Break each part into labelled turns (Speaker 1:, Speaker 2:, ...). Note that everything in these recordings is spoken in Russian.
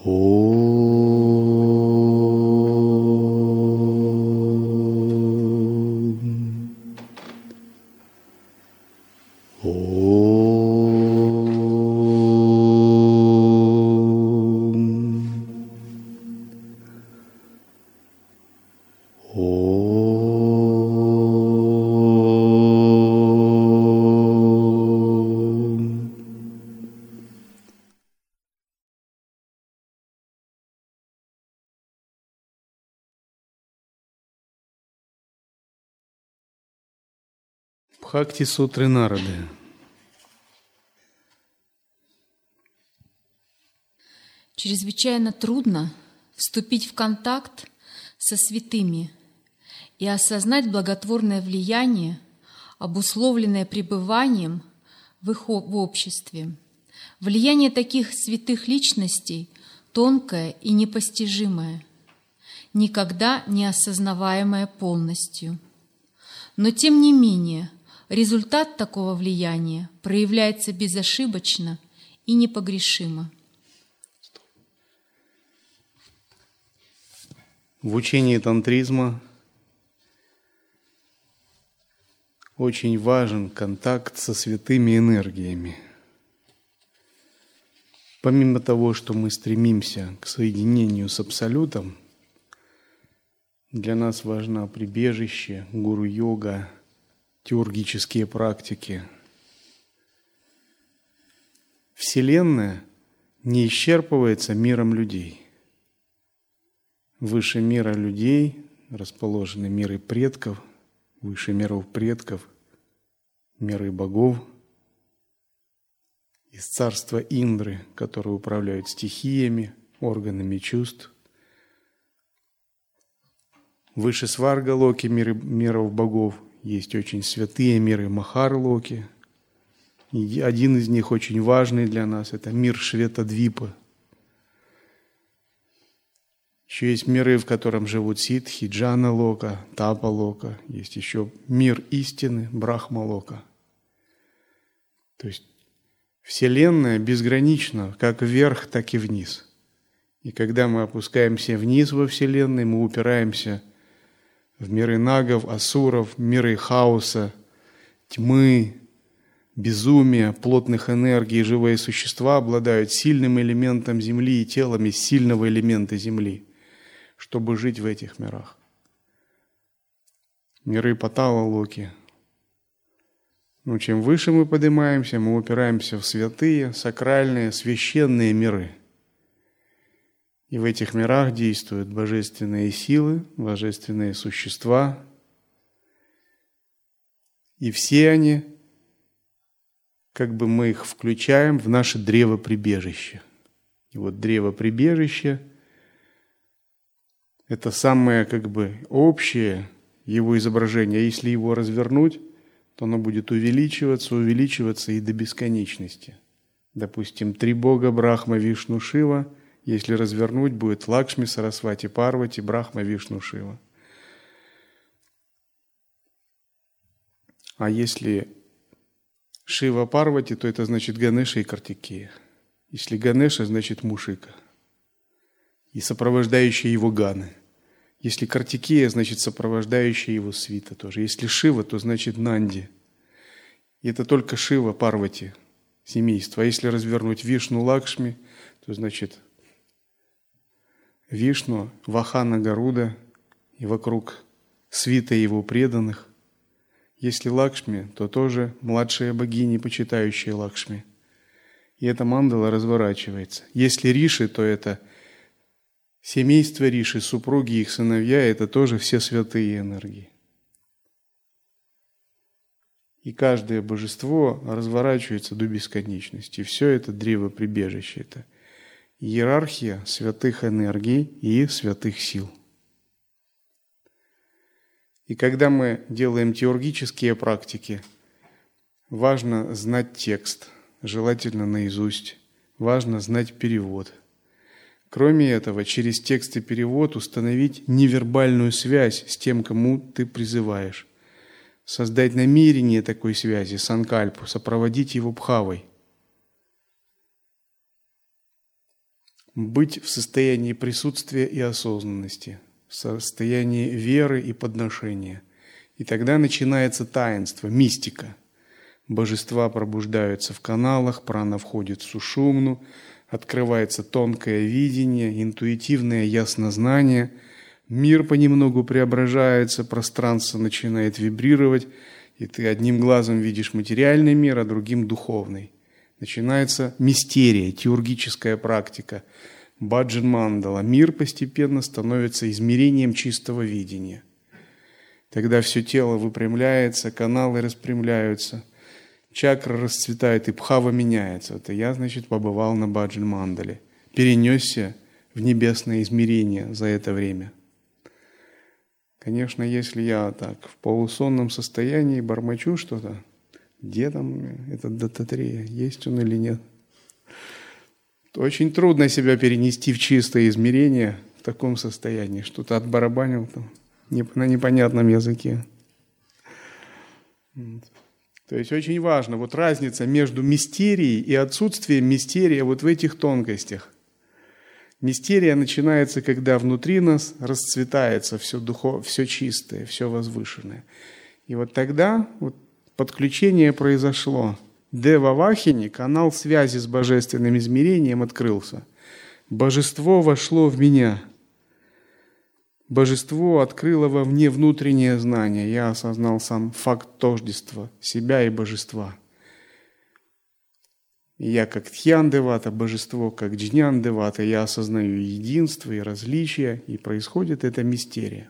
Speaker 1: Бхакти-сутры Нарады.
Speaker 2: Чрезвычайно трудно вступить в контакт со святыми и осознать благотворное влияние, обусловленное пребыванием в их обществе. Влияние таких святых личностей тонкое и непостижимое, никогда не осознаваемое полностью. Но тем не менее, результат такого влияния проявляется безошибочно и непогрешимо.
Speaker 1: В учении тантризма очень важен контакт со святыми энергиями. Помимо того, что мы стремимся к соединению с Абсолютом, для нас важно прибежище, гуру-йога, теургические практики. Вселенная не исчерпывается миром людей. Выше мира людей расположены миры предков, выше миров предков, миры богов, из царства Индры, которые управляют стихиями, органами чувств. Выше Сварга-локи, миров богов, есть очень святые миры Махар-локи. И один из них очень важный для нас – это мир Шветадвипы. Еще есть миры, в котором живут ситхи, Джана-лока, Тапа-лока. Есть еще мир истины, Брахма-лока. То есть Вселенная безгранична, как вверх, так и вниз. И когда мы опускаемся вниз во Вселенной, мы упираемся в миры нагов, асуров, миры хаоса, тьмы, безумия, плотных энергий. Живые существа обладают сильным элементом Земли и телом из сильного элемента Земли, чтобы жить в этих мирах. Миры Патала-локи. Но чем выше мы поднимаемся, мы упираемся в святые, сакральные, священные миры. И в этих мирах действуют божественные силы, божественные существа. И все они, как бы мы их включаем в наше древо-прибежище. И вот древо-прибежище – это самое как бы общее его изображение. Если его развернуть, то оно будет увеличиваться и до бесконечности. Допустим, 3 бога – Брахма, Вишну, Шива. Если развернуть, будет Лакшми, Сарасвати, Парвати, Брахма, Вишну, Шива. А если Шива, Парвати, то это значит Ганеша и Картикея. Если Ганеша, значит Мушика. И сопровождающие его Ганы. Если Картикея, значит сопровождающая его свита тоже. Если Шива, то значит Нанди. И это только Шива, Парвати, семейство. А если развернуть Вишну, Лакшми, то значит Вишну, Вахана, Гаруда и вокруг свита его преданных. Если Лакшми, то тоже младшие богини, почитающие Лакшми. И эта мандала разворачивается. Если Риши, то это семейство Риши, супруги, их сыновья, это тоже все святые энергии. И каждое божество разворачивается до бесконечности. Все это древо-прибежище, это иерархия святых энергий и святых сил. И когда мы делаем теургические практики, важно знать текст, желательно наизусть, важно знать перевод. Кроме этого, через текст и перевод установить невербальную связь с тем, кому ты призываешь. Создать намерение такой связи, санкальпу, сопроводить его бхавой. быть в состоянии присутствия и осознанности, в состоянии веры и подношения. И тогда начинается таинство, мистика. Божества пробуждаются в каналах, прана входит в сушумну, открывается тонкое видение, интуитивное яснознание, мир понемногу преображается, пространство начинает вибрировать, и ты одним глазом видишь материальный мир, а другим духовный. Начинается мистерия, теургическая практика, баджан мандала. Мир постепенно становится измерением чистого видения. Тогда все тело выпрямляется, каналы распрямляются, чакра расцветает и бхава меняется. Это я, значит, побывал на баджан мандале, перенесся в небесное измерение за это время. Конечно, если я так в полусонном состоянии бормочу что-то, где там этот Даттатрея, есть он или нет, то очень трудно себя перенести в чистое измерение в таком состоянии. Что-то отбарабанил там на непонятном языке. То есть очень важно вот разница между мистерией и отсутствием мистерия вот в этих тонкостях. Мистерия начинается, когда внутри нас расцветается все чистое, все возвышенное. И вот тогда вот подключение произошло. Дева Вахини, канал связи с божественным измерением открылся. Божество вошло в меня. Божество открыло во мне внутреннее знание. Я осознал сам факт тождества себя и божества. И я как Тхьян-девата, божество как Джнян-девата, я осознаю единство и различия, и происходит эта мистерия.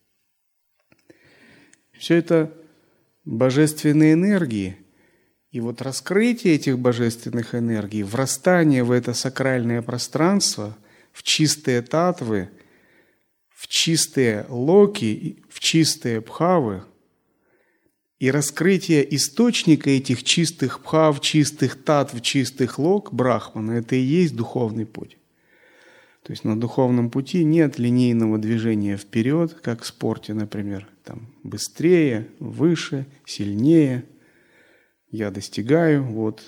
Speaker 1: Все это божественные энергии. И вот раскрытие этих божественных энергий, врастание в это сакральное пространство, в чистые татвы, в чистые локи, в чистые бхавы, и раскрытие источника этих чистых бхав, чистых татв, чистых лок брахмана, это и есть духовный путь. То есть на духовном пути нет линейного движения вперед, как в спорте, например. Там быстрее, выше, сильнее. Я достигаю. Вот.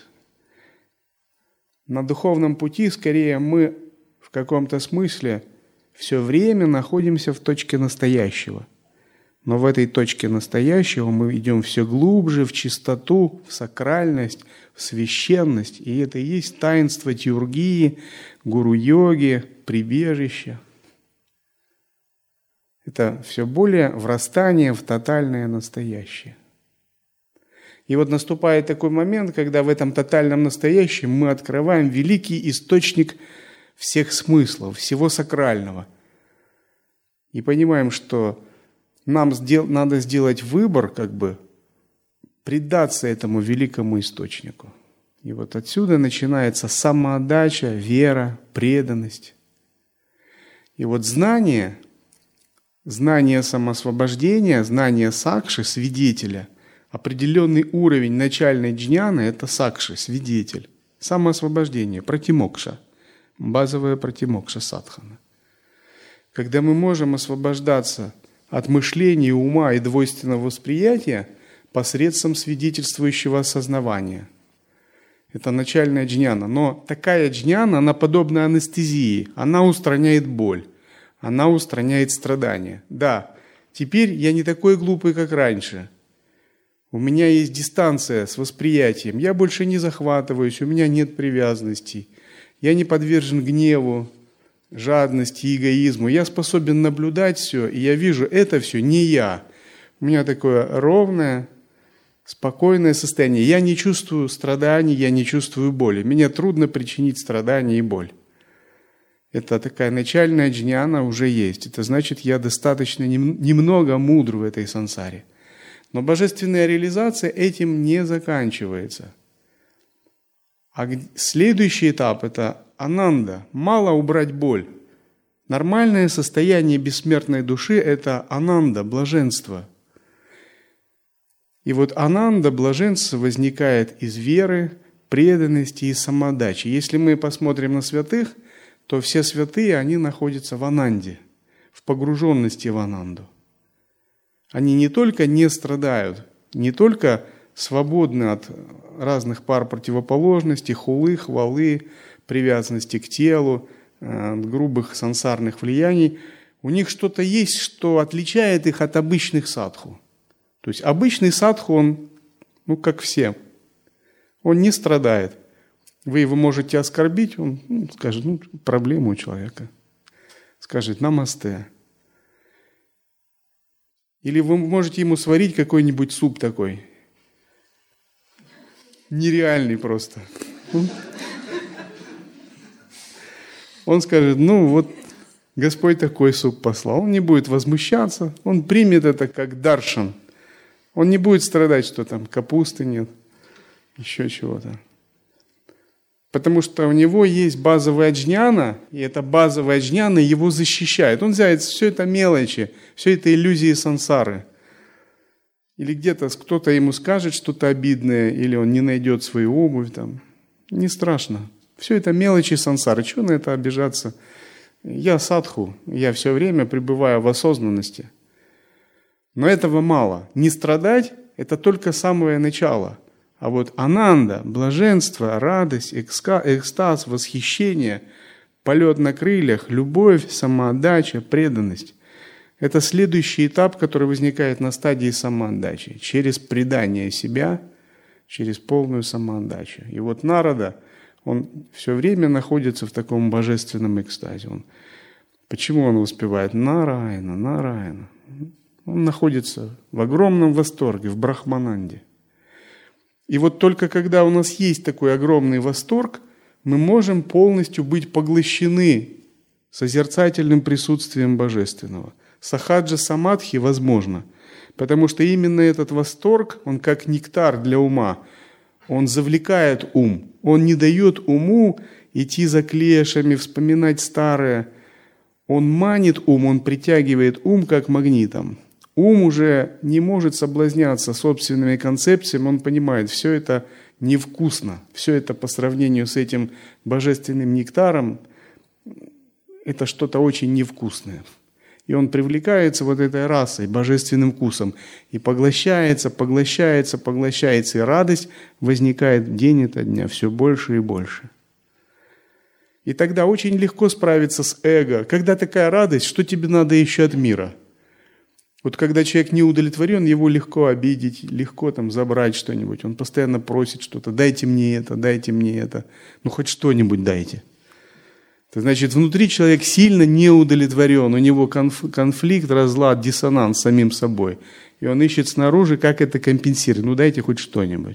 Speaker 1: На духовном пути скорее мы в каком-то смысле все время находимся в точке настоящего. Но в этой точке настоящего мы идем все глубже в чистоту, в сакральность, в священность. И это и есть таинство теургии, гуру-йоги, прибежища. Это все более врастание в тотальное настоящее. И вот наступает такой момент, когда в этом тотальном настоящем мы открываем великий источник всех смыслов, всего сакрального. И понимаем, что нам надо сделать выбор, предаться этому великому источнику. И вот отсюда начинается самоотдача, вера, преданность. И вот знание самоосвобождения, знание сакши, свидетеля, определенный уровень начальной джняны – это сакши, свидетель. Самоосвобождение, пратимокша, базовая пратимокша садхана. Когда мы можем освобождаться от мышления, ума и двойственного восприятия посредством свидетельствующего осознавания. Это начальная джняна. Но такая джняна, она подобна анестезии. Она устраняет боль. Она устраняет страдания. Да, теперь я не такой глупый, как раньше. У меня есть дистанция с восприятием. Я больше не захватываюсь, у меня нет привязанностей. Я не подвержен гневу, жадности, эгоизму. Я способен наблюдать все, и я вижу, это все не я. У меня такое ровное, спокойное состояние. Я не чувствую страданий, я не чувствую боли. Мне трудно причинить страдания и боль. Это такая начальная джняна уже есть. Это значит, я достаточно немного мудр в этой сансаре. Но божественная реализация этим не заканчивается. А следующий этап – это ананда. Мало убрать боль. Нормальное состояние бессмертной души – это ананда, блаженство. И вот ананда, блаженство возникает из веры, преданности и самоотдачи. Если мы посмотрим на святых, то все святые, они находятся в ананде, в погруженности в ананду. Они не только не страдают, не только свободны от разных пар противоположностей, хулы, хвалы, привязанности к телу, от грубых сансарных влияний, у них что-то есть, что отличает их от обычных садху. То есть обычный садху, он, как все, он не страдает. Вы его можете оскорбить, он скажет, проблема у человека. Скажет «намасте». Или вы можете ему сварить какой-нибудь суп такой. Нереальный просто. Он скажет, Господь такой суп послал. Он не будет возмущаться, он примет это как даршан. Он не будет страдать, что там капусты нет, еще чего-то. Потому что у него есть базовая аджняна, и эта базовая аджняна его защищает. Он знает, все это мелочи, все это иллюзии сансары. Или где-то кто-то ему скажет что-то обидное, или он не найдет свою обувь. Не страшно. Все это мелочи сансары. Чего на это обижаться? Я садху, я все время пребываю в осознанности. Но этого мало. Не страдать – это только самое начало. А вот ананда, блаженство, радость, экстаз, восхищение, полет на крыльях, любовь, самоотдача, преданность – это следующий этап, который возникает на стадии самоотдачи, через предание себя, через полную самоотдачу. И вот Нарада, он все время находится в таком божественном экстазе. Почему он успевает? Нараяна, Нараяна. Он находится в огромном восторге, в брахмананде. И вот только когда у нас есть такой огромный восторг, мы можем полностью быть поглощены созерцательным присутствием Божественного. Сахаджа самадхи возможно, потому что именно этот восторг, он как нектар для ума, он завлекает ум, он не дает уму идти за клешами, вспоминать старое. Он манит ум, он притягивает ум как магнитом. Ум уже не может соблазняться собственными концепциями, он понимает, все это невкусно, все это по сравнению с этим божественным нектаром, это что-то очень невкусное. И он привлекается вот этой расой, божественным вкусом, и поглощается, и радость возникает день ото дня все больше и больше. И тогда очень легко справиться с эго. Когда такая радость, что тебе надо еще от мира? Вот когда человек не удовлетворен, его легко обидеть, легко забрать что-нибудь. Он постоянно просит что-то, дайте мне это. Хоть что-нибудь дайте. Это значит, внутри человек сильно не удовлетворен, у него конфликт, разлад, диссонанс с самим собой. И он ищет снаружи, как это компенсировать. Дайте хоть что-нибудь.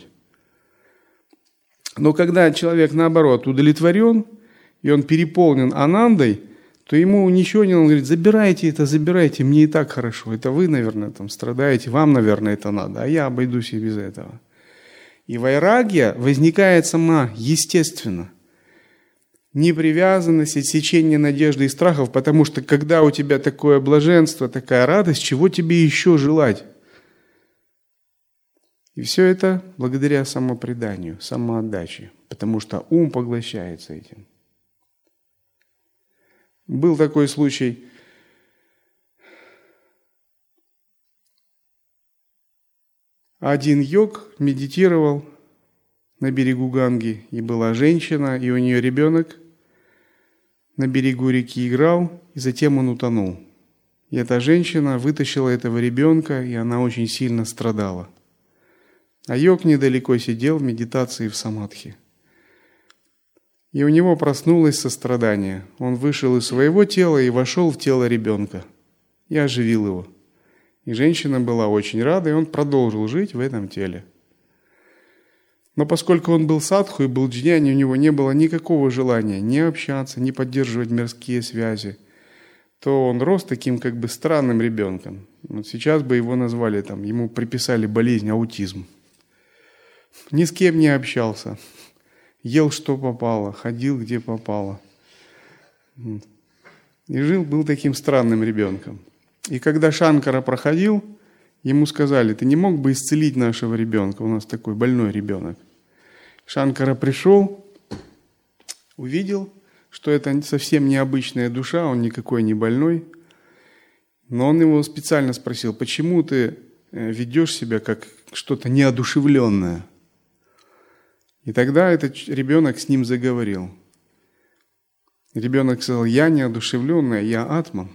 Speaker 1: Но когда человек, наоборот, удовлетворен, и он переполнен анандой, то ему ничего не надо. Он говорит, забирайте, мне и так хорошо. Это вы, наверное, страдаете, вам, наверное, это надо, а я обойдусь и без этого. И вайрагья возникает сама естественно. Непривязанность, отсечение надежды и страхов, потому что когда у тебя такое блаженство, такая радость, чего тебе еще желать? И все это благодаря самопреданию, самоотдаче, потому что ум поглощается этим. Был такой случай. Один йог медитировал на берегу Ганги, и была женщина, и у нее ребенок на берегу реки играл, и затем он утонул. И эта женщина вытащила этого ребенка, и она очень сильно страдала. А йог недалеко сидел в медитации в самадхи. И у него проснулось сострадание. Он вышел из своего тела и вошел в тело ребенка. И оживил его. И женщина была очень рада, и он продолжил жить в этом теле. Но поскольку он был садху и был джняни, у него не было никакого желания ни общаться, ни поддерживать мирские связи, то он рос таким странным ребенком. Вот сейчас бы его назвали, ему приписали болезнь аутизм. Ни с кем не общался. Ел, что попало, ходил, где попало. И был таким странным ребенком. И когда Шанкара проходил, ему сказали, ты не мог бы исцелить нашего ребенка, у нас такой больной ребенок. Шанкара пришел, увидел, что это совсем необычная душа, он никакой не больной. Но он его специально спросил, почему ты ведешь себя как что-то неодушевленное? И тогда этот ребенок с ним заговорил. Ребенок сказал: я неодушевленный, я атман.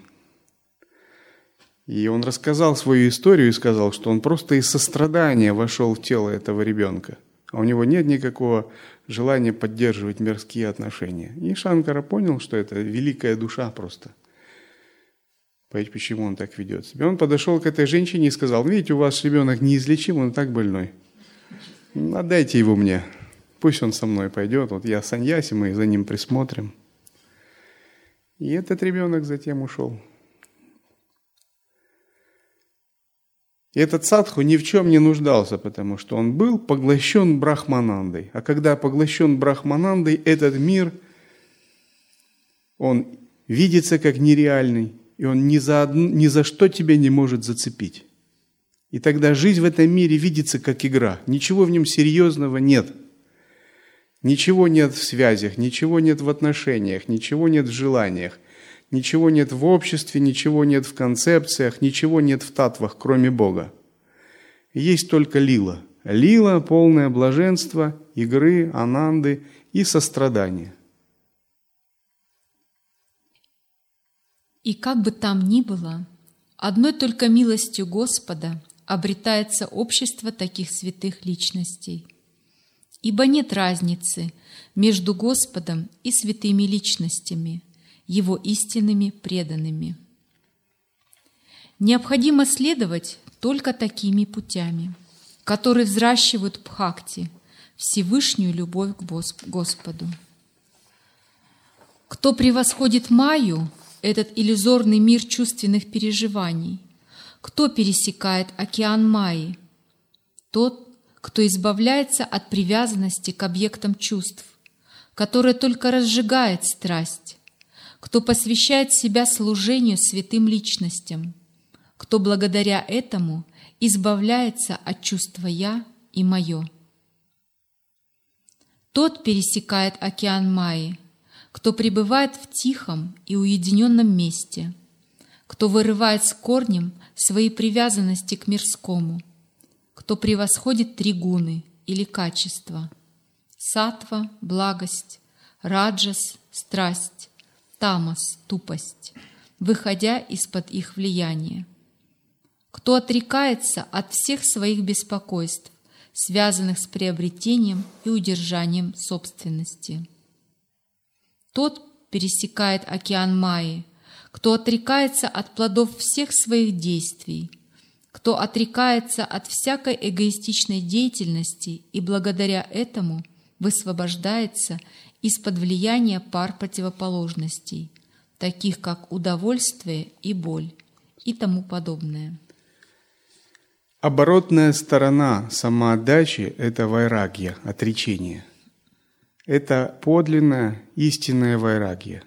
Speaker 1: И он рассказал свою историю и сказал, что он просто из сострадания вошел в тело этого ребенка. А у него нет никакого желания поддерживать мирские отношения. И Шанкара понял, что это великая душа просто. Почему он так ведет себя? Он подошел к этой женщине и сказал: видите, у вас ребенок неизлечим, он так больной. Отдайте его мне. Пусть он со мной пойдет. Вот я саньяси, мы за ним присмотрим. И этот ребенок затем ушел. И этот садху ни в чем не нуждался, потому что он был поглощен Брахманандой. А когда поглощен Брахманандой, этот мир, он видится как нереальный, и он ни за что тебя не может зацепить. И тогда жизнь в этом мире видится как игра. Ничего в нем серьезного нет. Ничего нет в связях, ничего нет в отношениях, ничего нет в желаниях. Ничего нет в обществе, ничего нет в концепциях, ничего нет в татвах, кроме Бога. Есть только лила. Лила, полное блаженство, игры, ананды и сострадания.
Speaker 2: И как бы там ни было, одной только милостью Господа обретается общество таких святых личностей. Ибо нет разницы между Господом и святыми личностями, Его истинными преданными. Необходимо следовать только такими путями, которые взращивают бхакти, Всевышнюю любовь к Господу. Кто превосходит майю, этот иллюзорный мир чувственных переживаний, кто пересекает океан майи, тот, кто избавляется от привязанности к объектам чувств, которая только разжигает страсть, кто посвящает себя служению святым личностям, кто благодаря этому избавляется от чувства «я» и «моё». Тот пересекает океан майи, кто пребывает в тихом и уединенном месте, кто вырывает с корнем свои привязанности к мирскому, кто превосходит три гуны или качества – саттва – благость, раджас – страсть, тамас – тупость, выходя из-под их влияния, кто отрекается от всех своих беспокойств, связанных с приобретением и удержанием собственности. Тот пересекает океан майи, кто отрекается от плодов всех своих действий, кто отрекается от всякой эгоистичной деятельности и благодаря этому высвобождается из-под влияния пар противоположностей, таких как удовольствие и боль и тому подобное.
Speaker 1: Оборотная сторона самоотдачи – это вайрагья, отречение. Это подлинное, истинное вайрагья.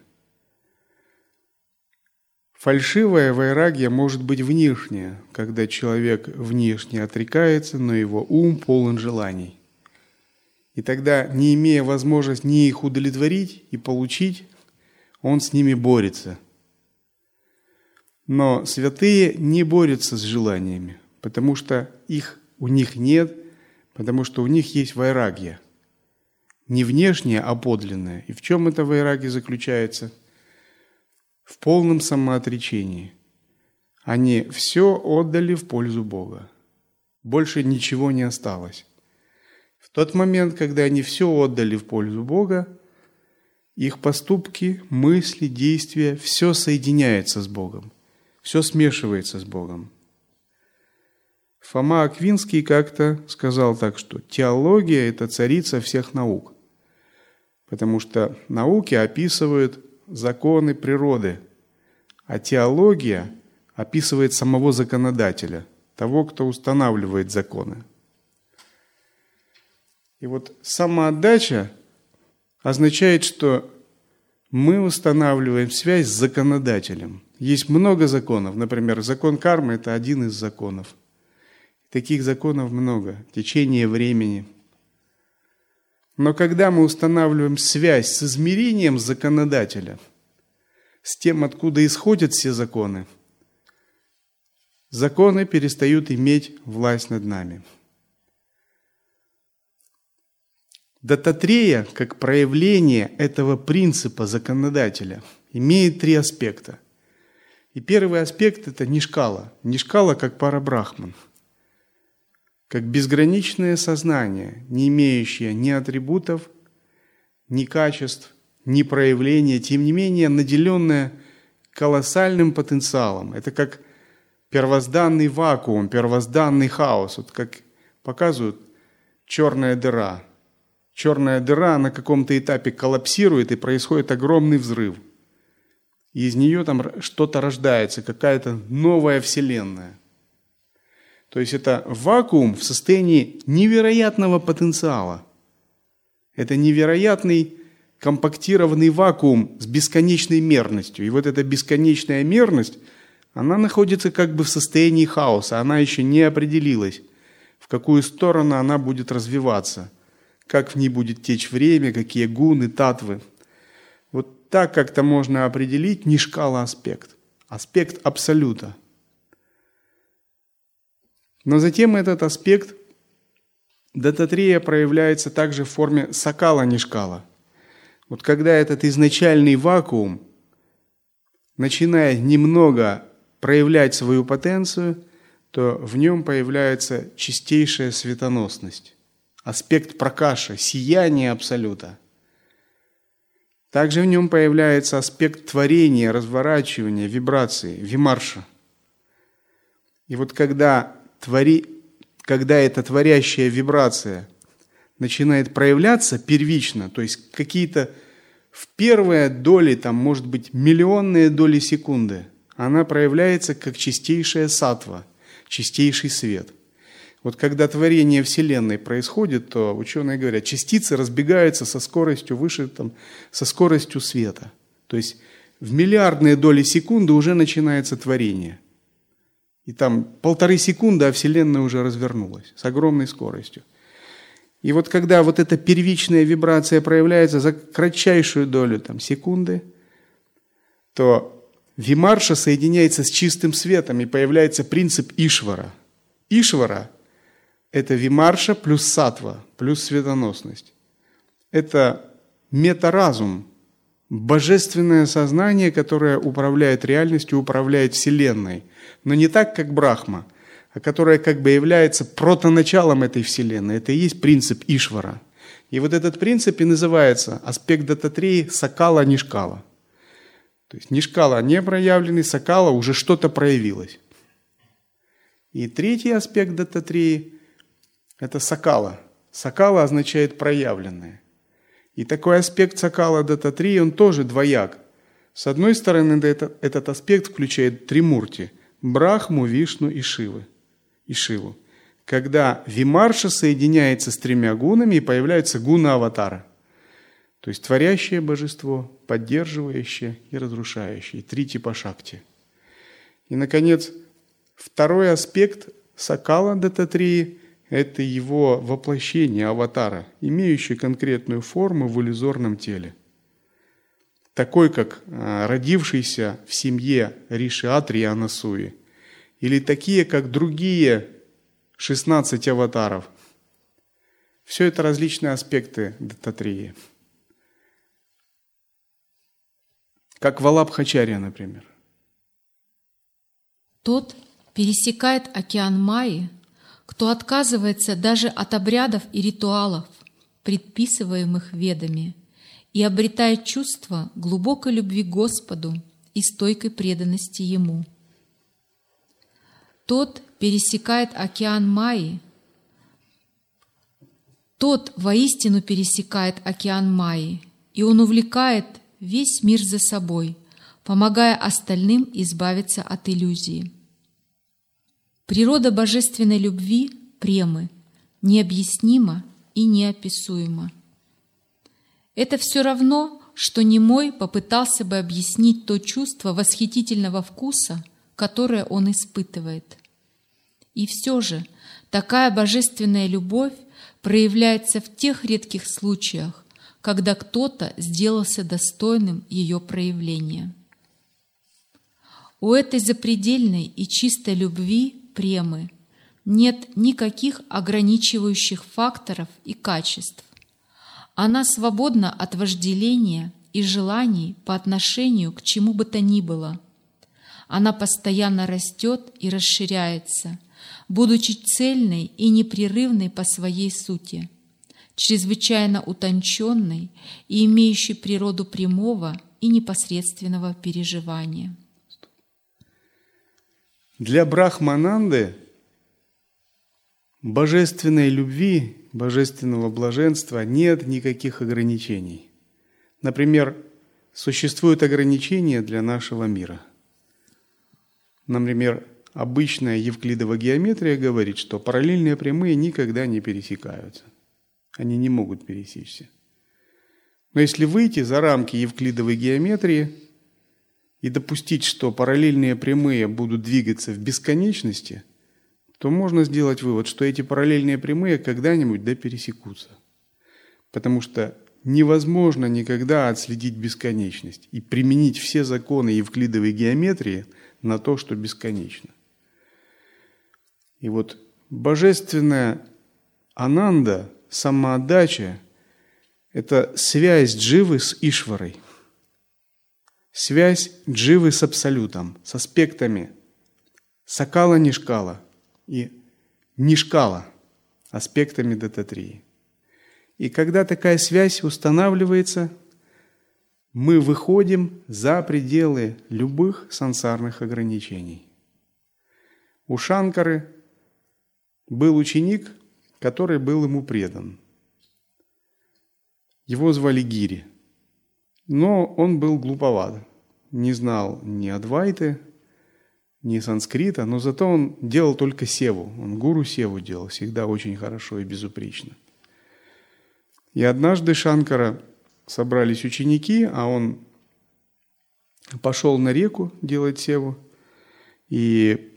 Speaker 1: Фальшивая вайрагья может быть внешняя, когда человек внешне отрекается, но его ум полон желаний. И тогда, не имея возможности ни их удовлетворить и получить, он с ними борется. Но святые не борются с желаниями, потому что у них нет, потому что у них есть вайрагья. Не внешняя, а подлинная. И в чем эта вайрагья заключается? В полном самоотречении. Они все отдали в пользу Бога. Больше ничего не осталось. В тот момент, когда они все отдали в пользу Бога, их поступки, мысли, действия, все соединяется с Богом. Все смешивается с Богом. Фома Аквинский как-то сказал так, что теология – это царица всех наук. Потому что науки описывают законы природы, а теология описывает самого законодателя, того, кто устанавливает законы. И вот самоотдача означает, что мы устанавливаем связь с законодателем. Есть много законов. Например, закон кармы – это один из законов. Таких законов много. Течение времени. Но когда мы устанавливаем связь с измерением законодателя, с тем, откуда исходят все законы, законы перестают иметь власть над нами. Дататрея, как проявление этого принципа законодателя, имеет три аспекта. И первый аспект – это нишкала. Нишкала как парабрахман, как безграничное сознание, не имеющее ни атрибутов, ни качеств, ни проявления, тем не менее наделенное колоссальным потенциалом. Это как первозданный вакуум, первозданный хаос. Вот как показывают черная дыра. Черная дыра на каком-то этапе коллапсирует, и происходит огромный взрыв. И из нее там что-то рождается, какая-то новая вселенная. То есть это вакуум в состоянии невероятного потенциала. Это невероятный компактированный вакуум с бесконечной мерностью. И вот эта бесконечная мерность, она находится как бы в состоянии хаоса. Она еще не определилась, в какую сторону она будет развиваться, как в ней будет течь время, какие гуны, татвы. Вот так как-то можно определить нишкала аспект. Аспект абсолюта. Но затем этот аспект дататрея проявляется также в форме сакала-нишкала. Вот когда этот изначальный вакуум начинает немного проявлять свою потенцию, то в нем появляется чистейшая светоносность, аспект пракаша, сияние абсолюта. Также в нем появляется аспект творения, разворачивания, вибрации, вимарша. И вот когда эта творящая вибрация начинает проявляться первично, то есть какие-то в первые доли, там, может быть, миллионные доли секунды, она проявляется как чистейшая саттва, чистейший свет. Вот когда творение Вселенной происходит, то ученые говорят, частицы разбегаются со скоростью выше, со скоростью света. То есть в миллиардные доли секунды уже начинается творение. И там 1,5 секунды, а Вселенная уже развернулась с огромной скоростью. И вот когда вот эта первичная вибрация проявляется за кратчайшую долю секунды, то вимарша соединяется с чистым светом, и появляется принцип Ишвара. Ишвара – это вимарша плюс саттва, плюс светоносность. Это метаразум, божественное сознание, которое управляет реальностью, управляет Вселенной. Но не так, как Брахма, а которое как бы является протоначалом этой Вселенной. Это и есть принцип Ишвара. И вот этот принцип и называется аспект дататреи сакала-нишкала. То есть нишкала не проявленный, сакала уже что-то проявилось. И третий аспект дататреи – это сакала. Сакала означает проявленное. И такой аспект сакала дататреи, он тоже двояк. С одной стороны, этот аспект включает тримурти – Брахму, Вишну и Шиву. Когда вимарша соединяется с 3 гунами, и появляется гуна аватара. То есть творящее божество, поддерживающее и разрушающее. 3 типа шакти. И, наконец, второй аспект сакала дататреи – это его воплощение аватара, имеющее конкретную форму в иллюзорном теле. Такой, как родившийся в семье Риши Атри и Анасуи, или такие, как другие 16 аватаров. Все это различные аспекты дататреи. Как Валабхачарья, например.
Speaker 2: Тот пересекает океан Майи, кто отказывается даже от обрядов и ритуалов, предписываемых ведами, и обретает чувство глубокой любви к Господу и стойкой преданности Ему. Тот пересекает океан Майи, тот воистину пересекает океан Майи, и он увлекает весь мир за собой, помогая остальным избавиться от иллюзии. Природа божественной любви, премы, необъяснима и неописуема. Это все равно, что немой попытался бы объяснить то чувство восхитительного вкуса, которое он испытывает. И все же такая божественная любовь проявляется в тех редких случаях, когда кто-то сделался достойным ее проявления. У этой запредельной и чистой любви, премы, нет никаких ограничивающих факторов и качеств. Она свободна от вожделения и желаний по отношению к чему бы то ни было. Она постоянно растет и расширяется, будучи цельной и непрерывной по своей сути, чрезвычайно утонченной и имеющей природу прямого и непосредственного переживания.
Speaker 1: Для Брахмананды божественной любви, божественного блаженства нет никаких ограничений. Например, существуют ограничения для нашего мира. Например, обычная евклидова геометрия говорит, что параллельные прямые никогда не пересекаются. Они не могут пересечься. Но если выйти за рамки евклидовой геометрии и допустить, что параллельные прямые будут двигаться в бесконечности, то можно сделать вывод, что эти параллельные прямые когда-нибудь пересекутся. Потому что невозможно никогда отследить бесконечность и применить все законы евклидовой геометрии на то, что бесконечно. И вот божественная ананда, самоотдача – это связь дживы с Ишварой, связь дживы с Абсолютом, с аспектами сакала-нишкала и нишкала, аспектами дататрии. И когда такая связь устанавливается, мы выходим за пределы любых сансарных ограничений. У Шанкары был ученик, который был ему предан. Его звали Гири, но он был глуповат, не знал ни Адвайты, ни санскрита, но зато он делал только севу, он гуру севу делал, всегда очень хорошо и безупречно. И однажды Шанкара собрались ученики, а он пошел на реку делать севу, и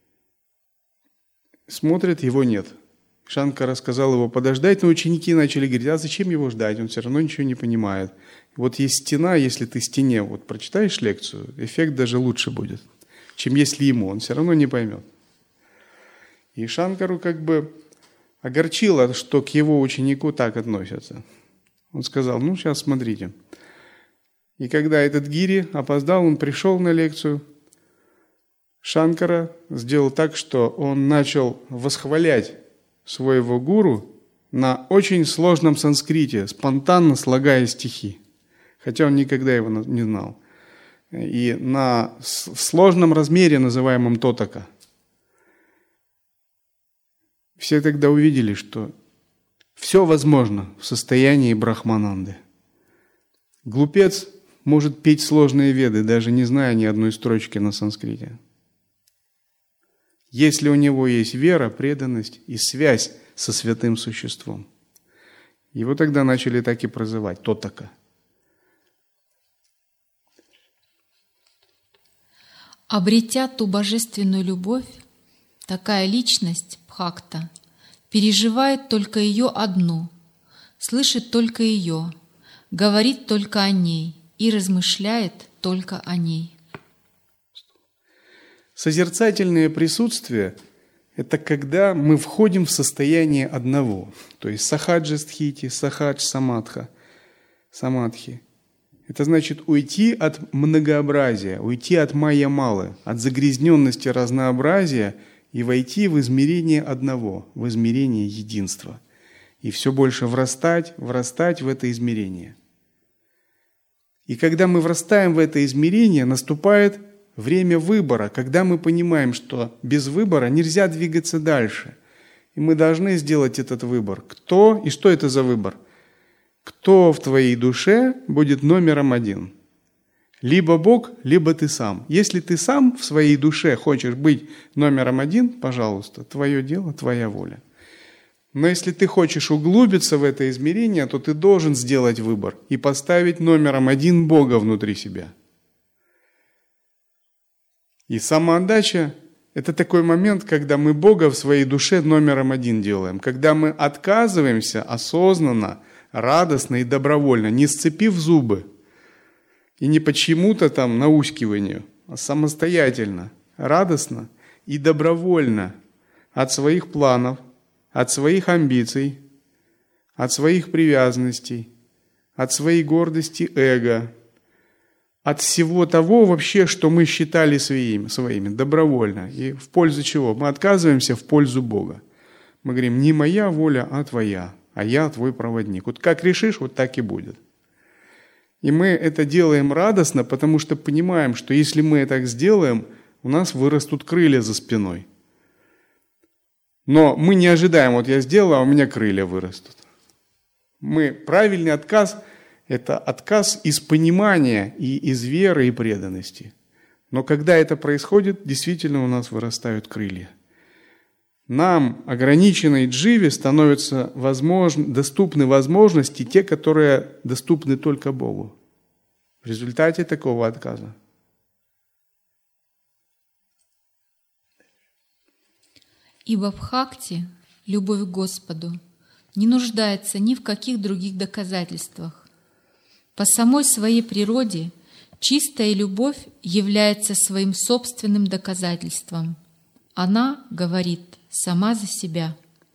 Speaker 1: смотрит, его нет. Шанкара сказал его подождать, но ученики начали говорить, а зачем его ждать, он все равно ничего не понимает. Вот есть стена, если ты стене прочитаешь лекцию, эффект даже лучше будет, чем если ему, он все равно не поймет. И Шанкару огорчило, что к его ученику так относятся. Он сказал, сейчас смотрите. И когда этот Гири опоздал, он пришел на лекцию, Шанкара сделал так, что он начал восхвалять своего гуру на очень сложном санскрите, спонтанно слагая стихи, хотя он никогда его не знал. И в сложном размере, называемом тотака. Все тогда увидели, что все возможно в состоянии Брахмананды. Глупец может петь сложные веды, даже не зная ни одной строчки на санскрите. Если у него есть вера, преданность и связь со святым существом. Его тогда начали так и прозывать, тотака.
Speaker 2: Обретя ту божественную любовь, такая личность, бхакта, переживает только ее одну, слышит только ее, говорит только о ней и размышляет только о ней.
Speaker 1: Созерцательное присутствие – это когда мы входим в состояние одного, то есть сахаджа-стхити, сахадж-самадхи. Это значит уйти от многообразия, уйти от майя-малы, от загрязненности разнообразия и войти в измерение одного, в измерение единства. И все больше врастать в это измерение. И когда мы врастаем в это измерение, наступает время выбора, когда мы понимаем, что без выбора нельзя двигаться дальше. И мы должны сделать этот выбор. Кто и что это за выбор? Кто в твоей душе будет номером один? Либо Бог, либо ты сам. Если ты сам в своей душе хочешь быть номером один, пожалуйста, твое дело, твоя воля. Но если ты хочешь углубиться в это измерение, то ты должен сделать выбор и поставить номером один Бога внутри себя. И самоотдача – это такой момент, когда мы Бога в своей душе номером один делаем, когда мы отказываемся осознанно, радостно и добровольно, не сцепив зубы и не почему-то наускиванию, а самостоятельно, радостно и добровольно от своих планов, от своих амбиций, от своих привязанностей, от своей гордости эго, от всего того вообще, что мы считали своими добровольно. И в пользу чего? Мы отказываемся в пользу Бога. Мы говорим, не моя воля, а твоя, а я твой проводник. Вот как решишь, вот так и будет. И мы это делаем радостно, потому что понимаем, что если мы так сделаем, у нас вырастут крылья за спиной. Но мы не ожидаем, вот я сделал, а у меня крылья вырастут. Правильный отказ – это отказ из понимания и из веры и преданности. Но когда это происходит, действительно у нас вырастают крылья. Нам, ограниченной дживе, становятся доступны возможности, те, которые доступны только Богу. В результате такого отказа.
Speaker 2: Ибо в бхакти, любовь к Господу, не нуждается ни в каких других доказательствах. По самой своей природе чистая любовь является своим собственным доказательством. Она говорит сама за себя.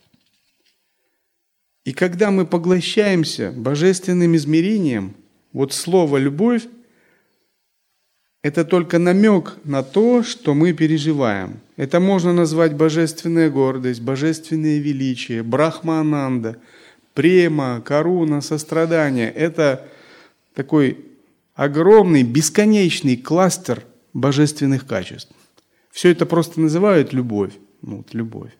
Speaker 1: И когда мы поглощаемся божественным измерением, вот слово «любовь» – это только намек на то, что мы переживаем. Это можно назвать божественная гордость, божественное величие, брахма-ананда, према, каруна, сострадание. Это такой огромный, бесконечный кластер божественных качеств. Все это просто называют любовь. Любовь.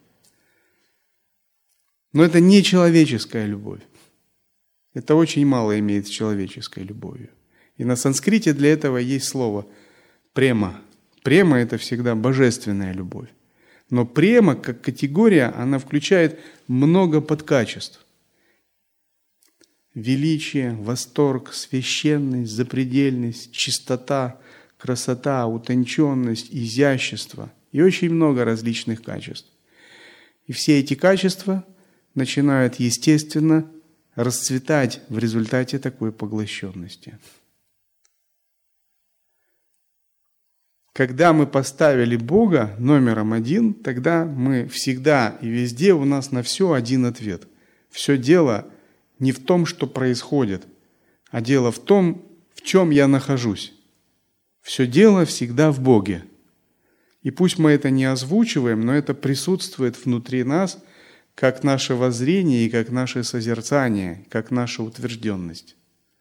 Speaker 1: Но это не человеческая любовь. Это очень мало имеет с человеческой любовью. И на санскрите для этого есть слово према. Према – это всегда божественная любовь. Но према, как категория, она включает много подкачеств. Величие, восторг, священность, запредельность, чистота, красота, утонченность, изящество и очень много различных качеств. И все эти качества начинают, естественно, расцветать в результате такой поглощенности. Когда мы поставили Бога номером один, тогда мы всегда и везде у нас на все один ответ. Все дело не в том, что происходит, а дело в том, в чем я нахожусь. Все дело всегда в Боге. И пусть мы это не озвучиваем, но это присутствует внутри нас, как наше воззрение и как наше созерцание, как наша утвержденность.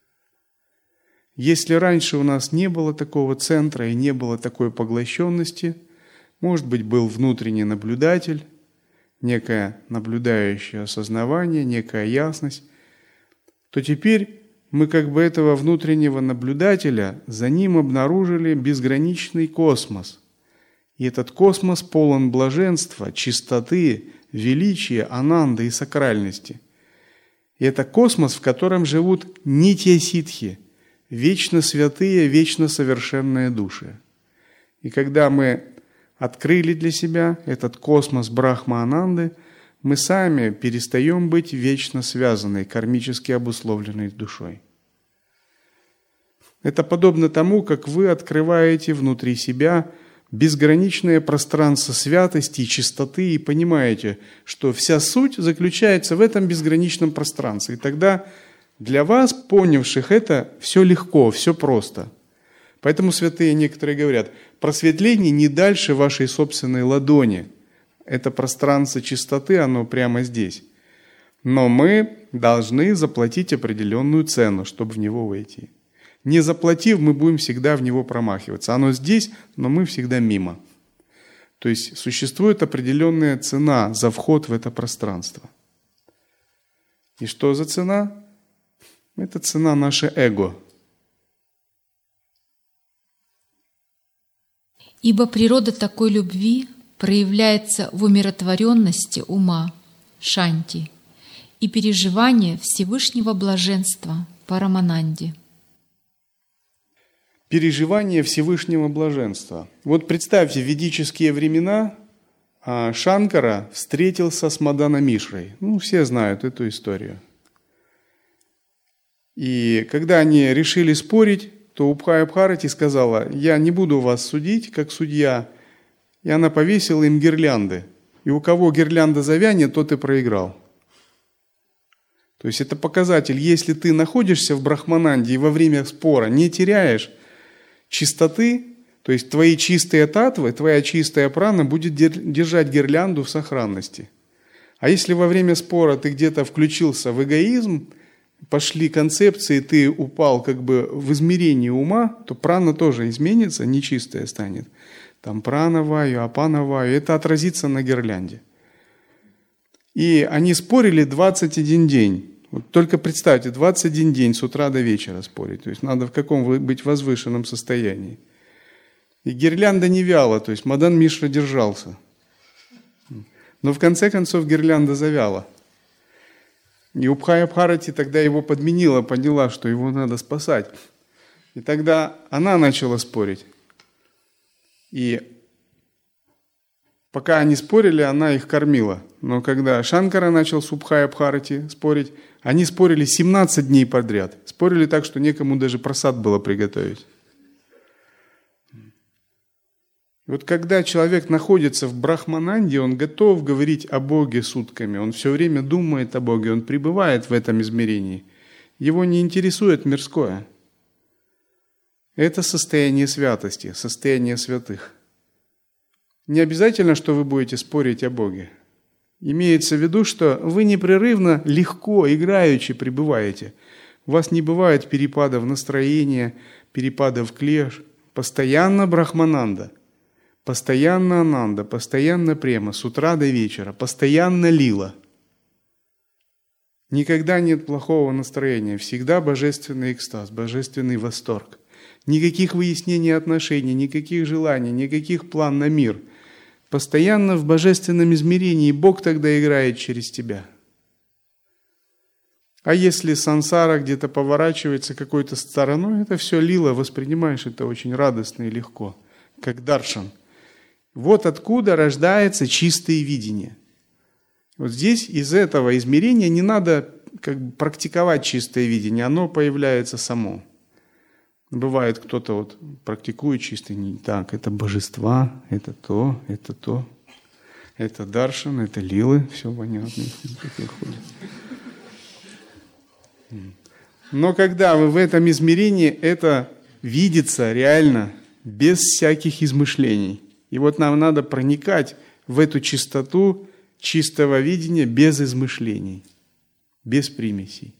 Speaker 1: Если раньше у нас не было такого центра и не было такой поглощенности, может быть, был внутренний наблюдатель, некое наблюдающее осознавание, некая ясность, то теперь мы как бы этого внутреннего наблюдателя, за ним обнаружили безграничный космос. И этот космос полон блаженства, чистоты, величия, ананды и сакральности. И это космос, в котором живут нитья-ситхи, вечно святые, вечно совершенные души. И когда мы открыли для себя этот космос Брахма-ананды, мы сами перестаем быть вечно связанной, кармически обусловленной душой. Это подобно тому, как вы открываете внутри себя безграничное пространство святости и чистоты и понимаете, что вся суть заключается в этом безграничном пространстве. И тогда для вас, понявших это, все легко, все просто. Поэтому святые некоторые говорят, просветление не дальше вашей собственной ладони. Это пространство чистоты, оно прямо здесь. Но мы должны заплатить определенную цену, чтобы в него войти. Не заплатив, мы будем всегда в него промахиваться. Оно здесь, но мы всегда мимо. То есть существует определенная цена за вход в это пространство. И что за цена? Это цена наше эго.
Speaker 2: Ибо природа такой любви проявляется в умиротворенности ума, шанти, и переживании Всевышнего блаженства, парамананди.
Speaker 1: Переживание Всевышнего блаженства. Вот представьте, в ведические времена Шанкара встретился с Мадана Мишрой. Все знают эту историю. И когда они решили спорить, то Убхая Бхарати сказала, я не буду вас судить, как судья. И она повесила им гирлянды. И у кого гирлянда завянет, тот и проиграл. То есть это показатель, если ты находишься в брахмананде и во время спора не теряешь чистоты, то есть твои чистые татвы, твоя чистая прана будет держать гирлянду в сохранности. А если во время спора ты где-то включился в эгоизм, пошли концепции, ты упал как бы в измерении ума, то прана тоже изменится, нечистая станет. Там прана ваю, апана ваю, это отразится на гирлянде. И они спорили 21 день. Вот только представьте, 21 день с утра до вечера спорить. То есть надо в каком быть возвышенном состоянии. И гирлянда не вяла, то есть Мадан Мишра держался. Но в конце концов гирлянда завяла. И Убхая Бхарати тогда его подменила, поняла, что его надо спасать. И тогда она начала спорить. И пока они спорили, она их кормила. Но когда Шанкара начал с Убхая Бхарати спорить, они спорили 17 дней подряд. Спорили так, что некому даже прасад было приготовить. И вот когда человек находится в брахмананде, он готов говорить о Боге сутками, он все время думает о Боге, он пребывает в этом измерении. Его не интересует мирское. Это состояние святости, состояние святых. Не обязательно, что вы будете спорить о Боге. Имеется в виду, что вы непрерывно, легко, играючи пребываете. У вас не бывает перепадов настроения, перепадов клеш. Постоянно брахмананда, постоянно ананда, постоянно према, с утра до вечера, постоянно лила. Никогда нет плохого настроения, всегда божественный экстаз, божественный восторг. Никаких выяснений отношений, никаких желаний, никаких план на мир. Постоянно в божественном измерении Бог тогда играет через тебя. А если сансара где-то поворачивается какой-то стороной, это все лила, воспринимаешь это очень радостно и легко, как даршан. Вот откуда рождается чистое видение. Вот здесь из этого измерения не надо как бы практиковать чистое видение, оно появляется само. Бывает, кто-то вот практикует чистое видение, так, это божества, это то, это даршан, это лилы, все понятно. Но когда вы в этом измерении, это видится реально, без всяких измышлений. И вот нам надо проникать в эту чистоту чистого видения без измышлений, без примесей.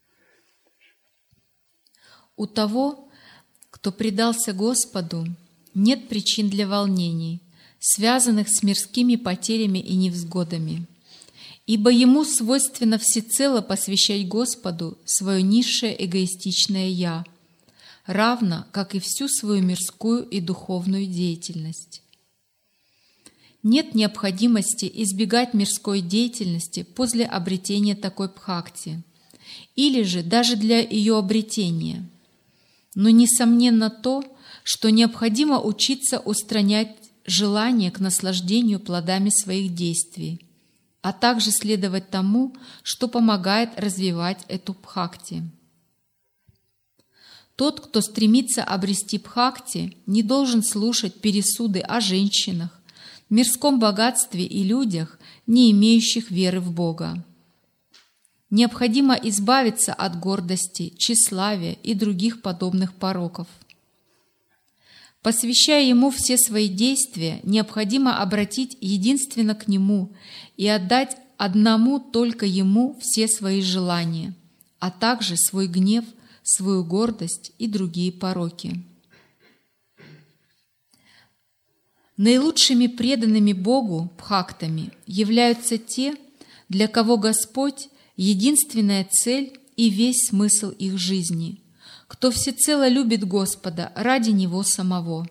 Speaker 2: У того, кто предался Господу, нет причин для волнений, связанных с мирскими потерями и невзгодами, ибо ему свойственно всецело посвящать Господу свое низшее эгоистичное «я», равно как и всю свою мирскую и духовную деятельность. Нет необходимости избегать мирской деятельности после обретения такой бхакти, или же даже для ее обретения. Но несомненно то, что необходимо учиться устранять желание к наслаждению плодами своих действий, а также следовать тому, что помогает развивать эту бхакти. Тот, кто стремится обрести бхакти, не должен слушать пересуды о женщинах, мирском богатстве и людях, не имеющих веры в Бога. Необходимо избавиться от гордости, тщеславия и других подобных пороков. Посвящая Ему все свои действия, необходимо обратить единственно к Нему и отдать одному только Ему все свои желания, а также свой гнев, свою гордость и другие пороки. Наилучшими преданными Богу бхактами являются те, для кого Господь – единственная цель и весь смысл их жизни, кто всецело любит Господа ради Него самого.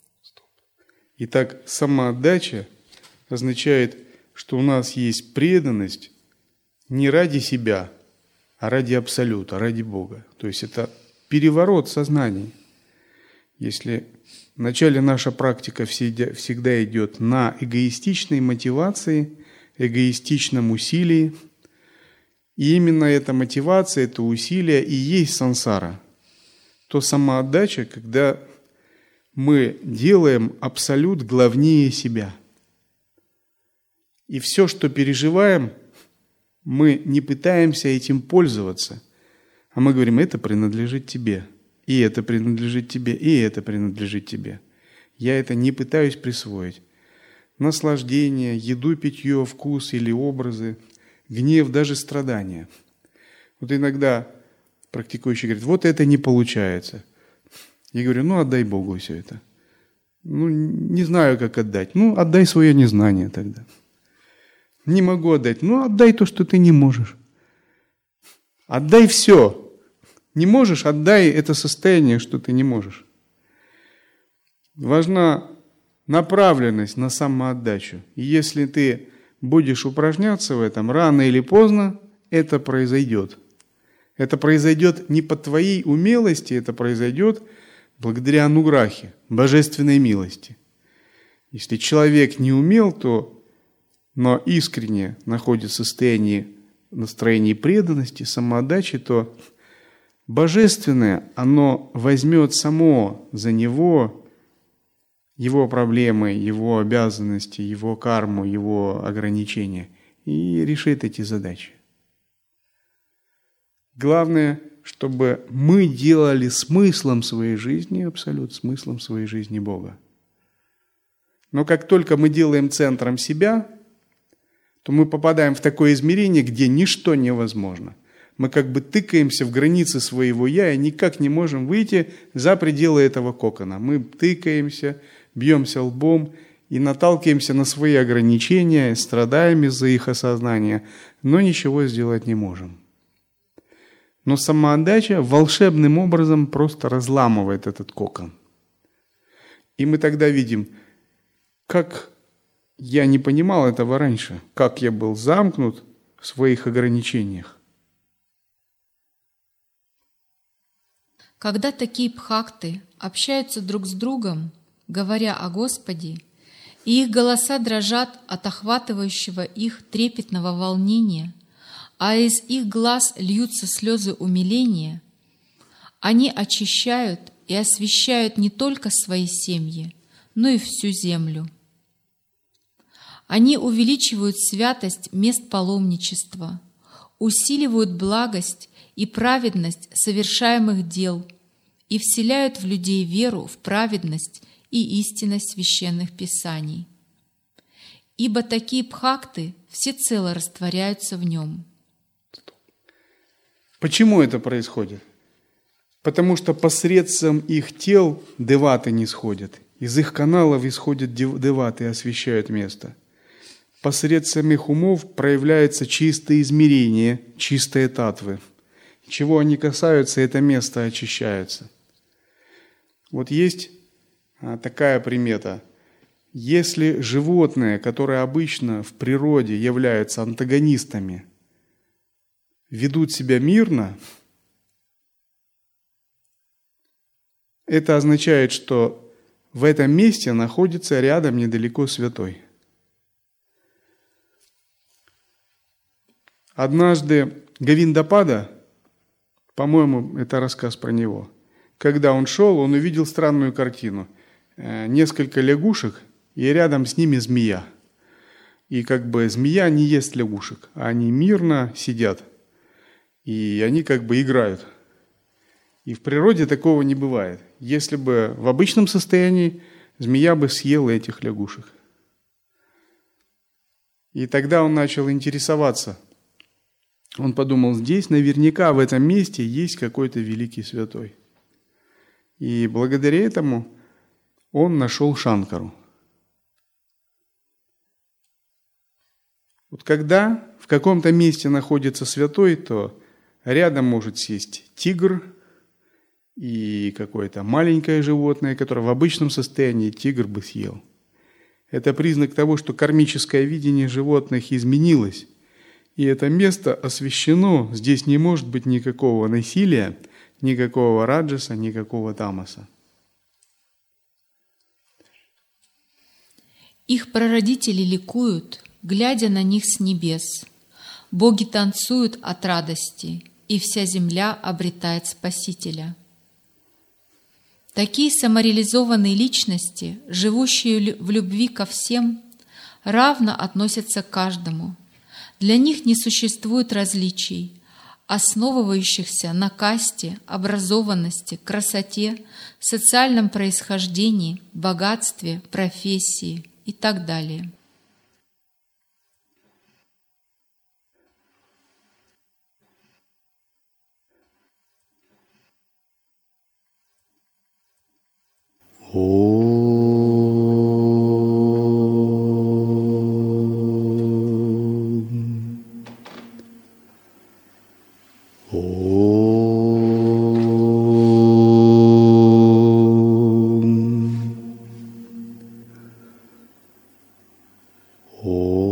Speaker 1: Итак, самоотдача означает, что у нас есть преданность не ради себя, а ради Абсолюта, ради Бога. То есть это переворот сознания. Если вначале наша практика всегда идет на эгоистичной мотивации, эгоистичном усилии, и именно эта мотивация, это усилие и есть сансара, то самоотдача, когда мы делаем Абсолют главнее себя. И все, что переживаем, мы не пытаемся этим пользоваться, а мы говорим, это принадлежит тебе, и это принадлежит тебе, и это принадлежит тебе. Я это не пытаюсь присвоить. Наслаждение, еду, питье, вкус или образы, гнев, даже страдания. Вот иногда практикующий говорит, вот это не получается. Я говорю, отдай Богу все это. Не знаю, как отдать. Отдай свое незнание тогда. Не могу отдать. Отдай то, что ты не можешь. Отдай все. Не можешь, отдай это состояние, что ты не можешь. Важна направленность на самоотдачу. И если ты будешь упражняться в этом, рано или поздно это произойдет. Это произойдет не по твоей умелости, это произойдет благодаря ануграхе, божественной милости. Если человек не умел, но искренне находится в состоянии настроения преданности, самоотдачи, то божественное, оно возьмет само за него его проблемы, его обязанности, его карму, его ограничения и решит эти задачи. Главное, чтобы мы делали смыслом своей жизни, абсолют смыслом своей жизни Бога. Но как только мы делаем центром себя, то мы попадаем в такое измерение, где ничто невозможно. Мы как бы тыкаемся в границы своего «я» и никак не можем выйти за пределы этого кокона. Мы тыкаемся, бьемся лбом и наталкиваемся на свои ограничения, страдаем из-за их осознания, но ничего сделать не можем. Но самоотдача волшебным образом просто разламывает этот кокон. И мы тогда видим, как я не понимал этого раньше, как я был замкнут в своих ограничениях.
Speaker 2: Когда такие бхакты общаются друг с другом, говоря о Господе, и их голоса дрожат от охватывающего их трепетного волнения, а из их глаз льются слезы умиления, они очищают и освящают не только свои семьи, но и всю землю. Они увеличивают святость мест паломничества, усиливают благость и праведность совершаемых дел и вселяют в людей веру в праведность и истинность священных писаний. Ибо такие бхакты всецело растворяются в нем.
Speaker 1: Почему это происходит? Потому что посредством их тел деваты не сходят. Из их каналов исходят деваты и освещают место. Посредством их умов проявляется чистое измерение, чистые татвы. Чего они касаются, это место очищается. Вот есть такая примета. Если животные, которые обычно в природе являются антагонистами, ведут себя мирно, это означает, что в этом месте находится рядом недалеко святой. Однажды Говиндапада, по-моему, это рассказ про него, когда он шел, он увидел странную картину. Несколько лягушек, и рядом с ними змея. И как бы змея не ест лягушек, а они мирно сидят. И они как бы играют. И в природе такого не бывает. Если бы в обычном состоянии, змея бы съела этих лягушек. И тогда он начал интересоваться. Он подумал, здесь наверняка в этом месте есть какой-то великий святой. И благодаря этому он нашел Шанкару. Вот когда в каком-то месте находится святой, то рядом может сесть тигр и какое-то маленькое животное, которое в обычном состоянии тигр бы съел. Это признак того, что кармическое видение животных изменилось. И это место освящено, здесь не может быть никакого насилия, никакого раджаса, никакого тамаса.
Speaker 2: Их прародители ликуют, глядя на них с небес. Боги танцуют от радости, и вся земля обретает Спасителя. Такие самореализованные личности, живущие в любви ко всем, равно относятся к каждому, Для них не существует различий, основывающихся на касте, образованности, красоте, социальном происхождении, богатстве, профессии и так далее.
Speaker 1: Om